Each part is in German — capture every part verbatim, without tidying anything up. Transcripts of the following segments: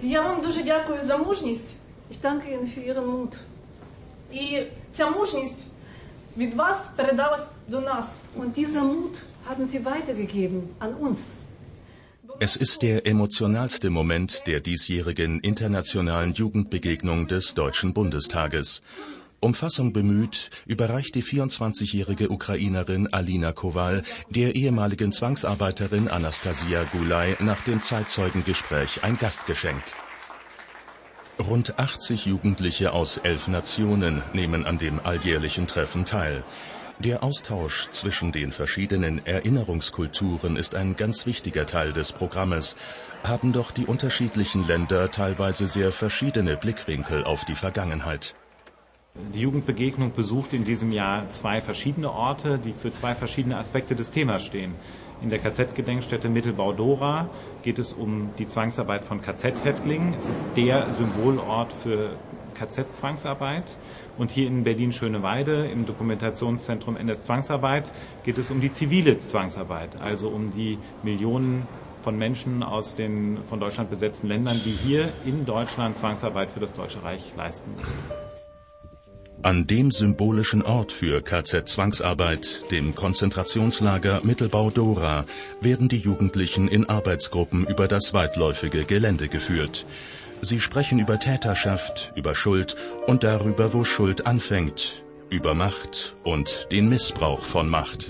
Я вам дуже дякую за мужність. Ich danke Ihnen für Ihren Mut. І ця мужність від вас передалась до нас. Und dieser Mut haben Sie weitergegeben an uns. Es ist der emotionalste Moment der diesjährigen internationalen Jugendbegegnung des Deutschen Bundestages. Umfassung bemüht, überreicht die vierundzwanzigjährige Ukrainerin Alina Kowal der ehemaligen Zwangsarbeiterin Anastasia Gulay nach dem Zeitzeugengespräch ein Gastgeschenk. Rund achtzig Jugendliche aus elf Nationen nehmen an dem alljährlichen Treffen teil. Der Austausch zwischen den verschiedenen Erinnerungskulturen ist ein ganz wichtiger Teil des Programmes, haben doch die unterschiedlichen Länder teilweise sehr verschiedene Blickwinkel auf die Vergangenheit. Die Jugendbegegnung besucht in diesem Jahr zwei verschiedene Orte, die für zwei verschiedene Aspekte des Themas stehen. In der K Z-Gedenkstätte Mittelbau-Dora geht es um die Zwangsarbeit von K Z-Häftlingen. Es ist der Symbolort für K Z-Zwangsarbeit. Und hier in Berlin-Schöneweide im Dokumentationszentrum N S-Zwangsarbeit geht es um die zivile Zwangsarbeit, also um die Millionen von Menschen aus den von Deutschland besetzten Ländern, die hier in Deutschland Zwangsarbeit für das Deutsche Reich leisten müssen. An dem symbolischen Ort für K Z-Zwangsarbeit, dem Konzentrationslager Mittelbau-Dora, werden die Jugendlichen in Arbeitsgruppen über das weitläufige Gelände geführt. Sie sprechen über Täterschaft, über Schuld und darüber, wo Schuld anfängt, über Macht und den Missbrauch von Macht.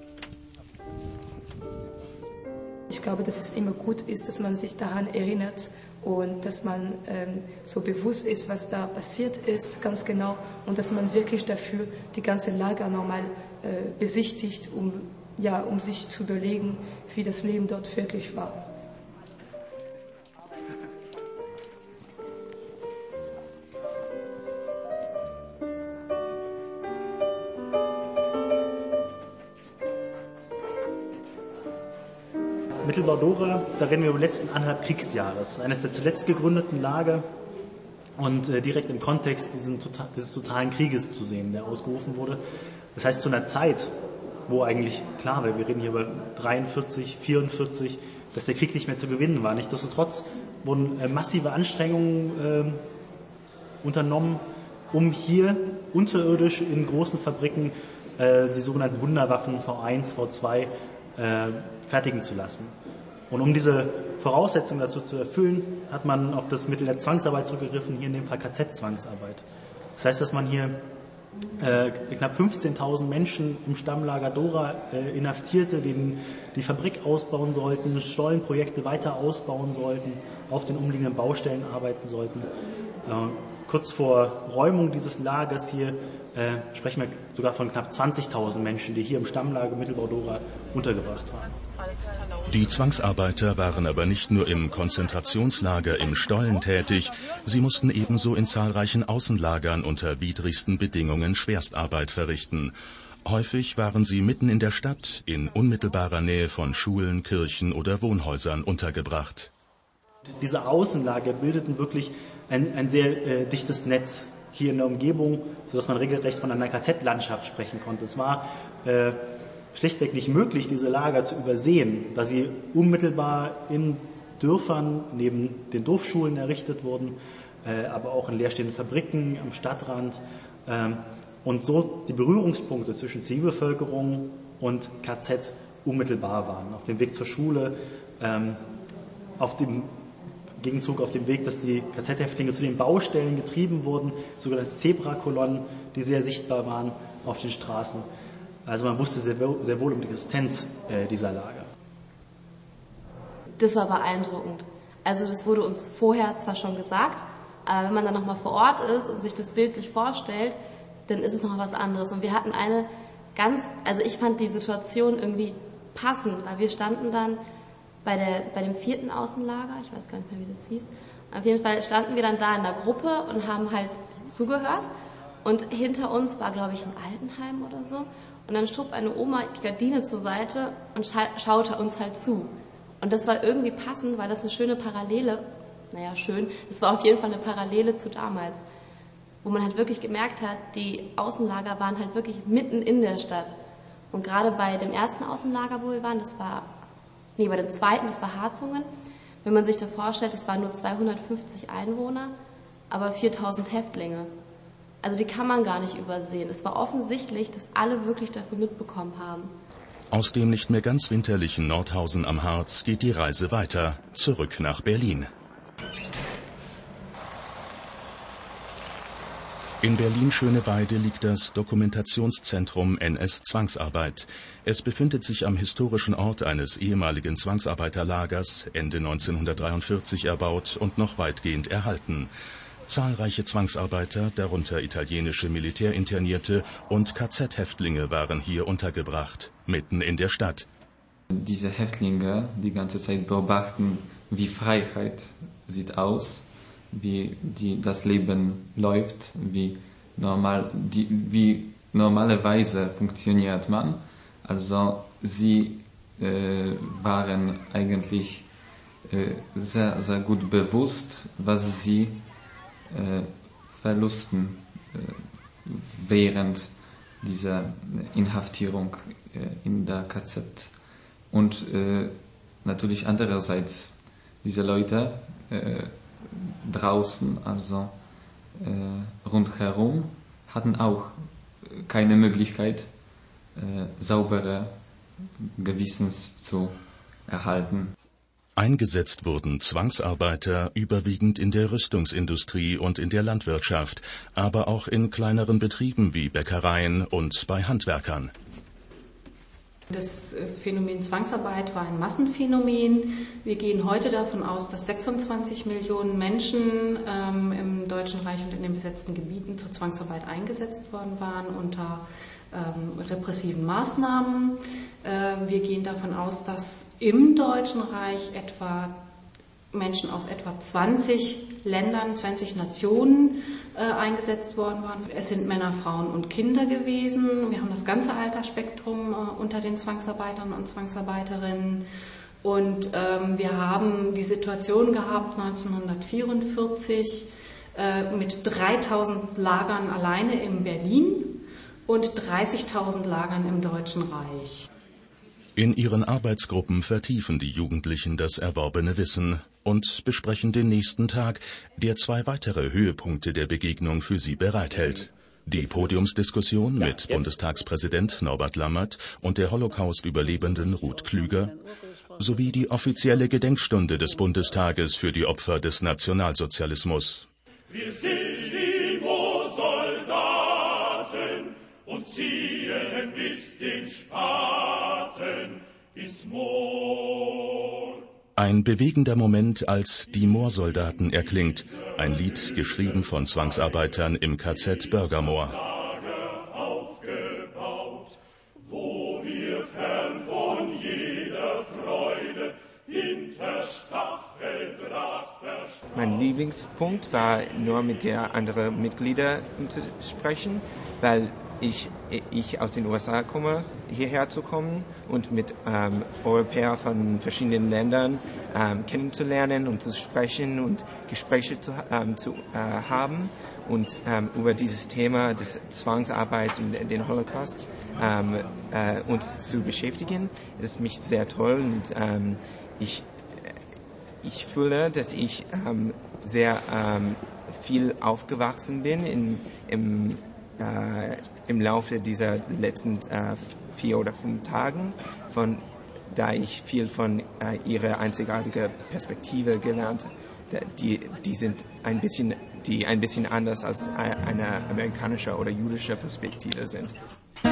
Ich glaube, dass es immer gut ist, dass man sich daran erinnert und dass man ähm, so bewusst ist, was da passiert ist, ganz genau, und dass man wirklich dafür die ganze Lager nochmal äh, besichtigt, um, ja, um sich zu überlegen, wie das Leben dort wirklich war. Mittelbau-Dora, da reden wir über die letzten anderthalb Kriegsjahre. Das ist eines der zuletzt gegründeten Lager und äh, direkt im Kontext diesen, dieses totalen Krieges zu sehen, der ausgerufen wurde. Das heißt, zu einer Zeit, wo eigentlich, klar, wir reden hier über dreiundvierzig, vierundvierzig, dass der Krieg nicht mehr zu gewinnen war. Nichtsdestotrotz wurden äh, massive Anstrengungen äh, unternommen, um hier unterirdisch in großen Fabriken äh, die sogenannten Wunderwaffen V eins, V zwei äh, fertigen zu lassen. Und um diese Voraussetzungen dazu zu erfüllen, hat man auf das Mittel der Zwangsarbeit zurückgegriffen, hier in dem Fall K Z-Zwangsarbeit. Das heißt, dass man hier äh, knapp fünfzehntausend Menschen im Stammlager Dora äh, inhaftierte, die die Fabrik ausbauen sollten, Stollenprojekte weiter ausbauen sollten, auf den umliegenden Baustellen arbeiten sollten. Äh, kurz vor Räumung dieses Lagers hier äh, sprechen wir sogar von knapp zwanzigtausend Menschen, die hier im Stammlager Mittelbau-Dora untergebracht waren. Die Zwangsarbeiter waren aber nicht nur im Konzentrationslager im Stollen tätig, sie mussten ebenso in zahlreichen Außenlagern unter widrigsten Bedingungen Schwerstarbeit verrichten. Häufig waren sie mitten in der Stadt, in unmittelbarer Nähe von Schulen, Kirchen oder Wohnhäusern untergebracht. Diese Außenlager bildeten wirklich ein, ein sehr äh, dichtes Netz hier in der Umgebung, sodass man regelrecht von einer K Z-Landschaft sprechen konnte. Es war äh, schlichtweg nicht möglich, diese Lager zu übersehen, da sie unmittelbar in Dörfern neben den Dorfschulen errichtet wurden, äh, aber auch in leerstehenden Fabriken am Stadtrand, äh, und so die Berührungspunkte zwischen Zivilbevölkerung und K Z unmittelbar waren. Auf dem Weg zur Schule, ähm, auf dem Gegenzug auf dem Weg, dass die K Z-Häftlinge zu den Baustellen getrieben wurden, sogenannte Zebrakolonnen, die sehr sichtbar waren auf den Straßen. Also man wusste sehr, sehr wohl um die Existenz äh, dieser Lager. Das war beeindruckend. Also das wurde uns vorher zwar schon gesagt, aber wenn man dann nochmal vor Ort ist und sich das bildlich vorstellt, dann ist es noch was anderes. Und wir hatten eine ganz, also ich fand die Situation irgendwie passend, weil wir standen dann bei, der, bei dem vierten Außenlager, ich weiß gar nicht mehr, wie das hieß. Auf jeden Fall standen wir dann da in der Gruppe und haben halt zugehört. Und hinter uns war, glaube ich, ein Altenheim oder so. Und dann schob eine Oma die Gardine zur Seite und scha- schaute uns halt zu. Und das war irgendwie passend, weil das eine schöne Parallele, naja, schön, das war auf jeden Fall eine Parallele zu damals. Wo man halt wirklich gemerkt hat, die Außenlager waren halt wirklich mitten in der Stadt. Und gerade bei dem ersten Außenlager, wo wir waren, das war, nee, bei dem zweiten, das war Harzungen, Wenn man sich da vorstellt, es waren nur zweihundertfünfzig Einwohner, aber viertausend Häftlinge. Also die kann man gar nicht übersehen. Es war offensichtlich, dass alle wirklich davon mitbekommen haben. Aus dem nicht mehr ganz winterlichen Nordhausen am Harz geht die Reise weiter, zurück nach Berlin. In Berlin-Schöneweide liegt das Dokumentationszentrum N S-Zwangsarbeit. Es befindet sich am historischen Ort eines ehemaligen Zwangsarbeiterlagers, Ende neunzehnhundertdreiundvierzig erbaut und noch weitgehend erhalten. Zahlreiche Zwangsarbeiter, darunter italienische Militärinternierte und K Z-Häftlinge waren hier untergebracht, mitten in der Stadt. Diese Häftlinge die ganze Zeit beobachten, wie Freiheit sieht aus, wie die, das Leben läuft, wie, normal, die, wie normalerweise funktioniert man. Also sie äh, waren eigentlich äh, sehr, sehr gut bewusst, was sie äh, verlusten äh, während dieser Inhaftierung äh, in der K Z. Und äh, natürlich andererseits diese Leute äh, draußen, also äh, rundherum, hatten auch keine Möglichkeit, äh, saubere Gewissens zu erhalten. Eingesetzt wurden Zwangsarbeiter überwiegend in der Rüstungsindustrie und in der Landwirtschaft, aber auch in kleineren Betrieben wie Bäckereien und bei Handwerkern. Das Phänomen Zwangsarbeit war ein Massenphänomen. Wir gehen heute davon aus, dass sechsundzwanzig Millionen Menschen ähm, im Deutschen Reich und in den besetzten Gebieten zur Zwangsarbeit eingesetzt worden waren unter ähm, repressiven Maßnahmen. Äh, wir gehen davon aus, dass im Deutschen Reich etwa Menschen aus etwa zwanzig Ländern, zwanzig Nationen äh, eingesetzt worden waren. Es sind Männer, Frauen und Kinder gewesen. Wir haben das ganze Altersspektrum äh, unter den Zwangsarbeitern und Zwangsarbeiterinnen. Und ähm, wir haben die Situation gehabt neunzehnhundertvierundvierzig äh, mit dreitausend Lagern alleine in Berlin und dreißigtausend Lagern im Deutschen Reich. In ihren Arbeitsgruppen vertiefen die Jugendlichen das erworbene Wissen und besprechen den nächsten Tag, der zwei weitere Höhepunkte der Begegnung für sie bereithält. Die Podiumsdiskussion mit Bundestagspräsident Norbert Lammert und der Holocaust-Überlebenden Ruth Klüger sowie die offizielle Gedenkstunde des Bundestages für die Opfer des Nationalsozialismus. Wir sind die Moorsoldaten und ziehen mit dem Spaten ins Moor. Ein bewegender Moment, als Die Moorsoldaten erklingt, ein Lied geschrieben von Zwangsarbeitern im K Z Bürgermoor. Aufgebaut, wo wir fern von jeder Freude hinter Stacheldraht verstreut. Mein Lieblingspunkt war nur mit der anderen Mitglieder zu sprechen, weil ich, ich aus den U S A komme, hierher zu kommen und mit ähm, Europäern von verschiedenen Ländern ähm, kennenzulernen und zu sprechen und Gespräche zu, ähm, zu äh, haben und ähm, über dieses Thema des Zwangsarbeit und den Holocaust ähm, äh, uns zu beschäftigen. Es ist mich sehr toll und ähm, ich, ich fühle, dass ich ähm, sehr ähm, viel aufgewachsen bin in, im äh, im Laufe dieser letzten äh, vier oder fünf Tagen, von da ich viel von äh, ihrer einzigartigen Perspektive gelernt habe. Die, die sind ein bisschen, die ein bisschen anders als eine amerikanische oder jüdische Perspektive sind.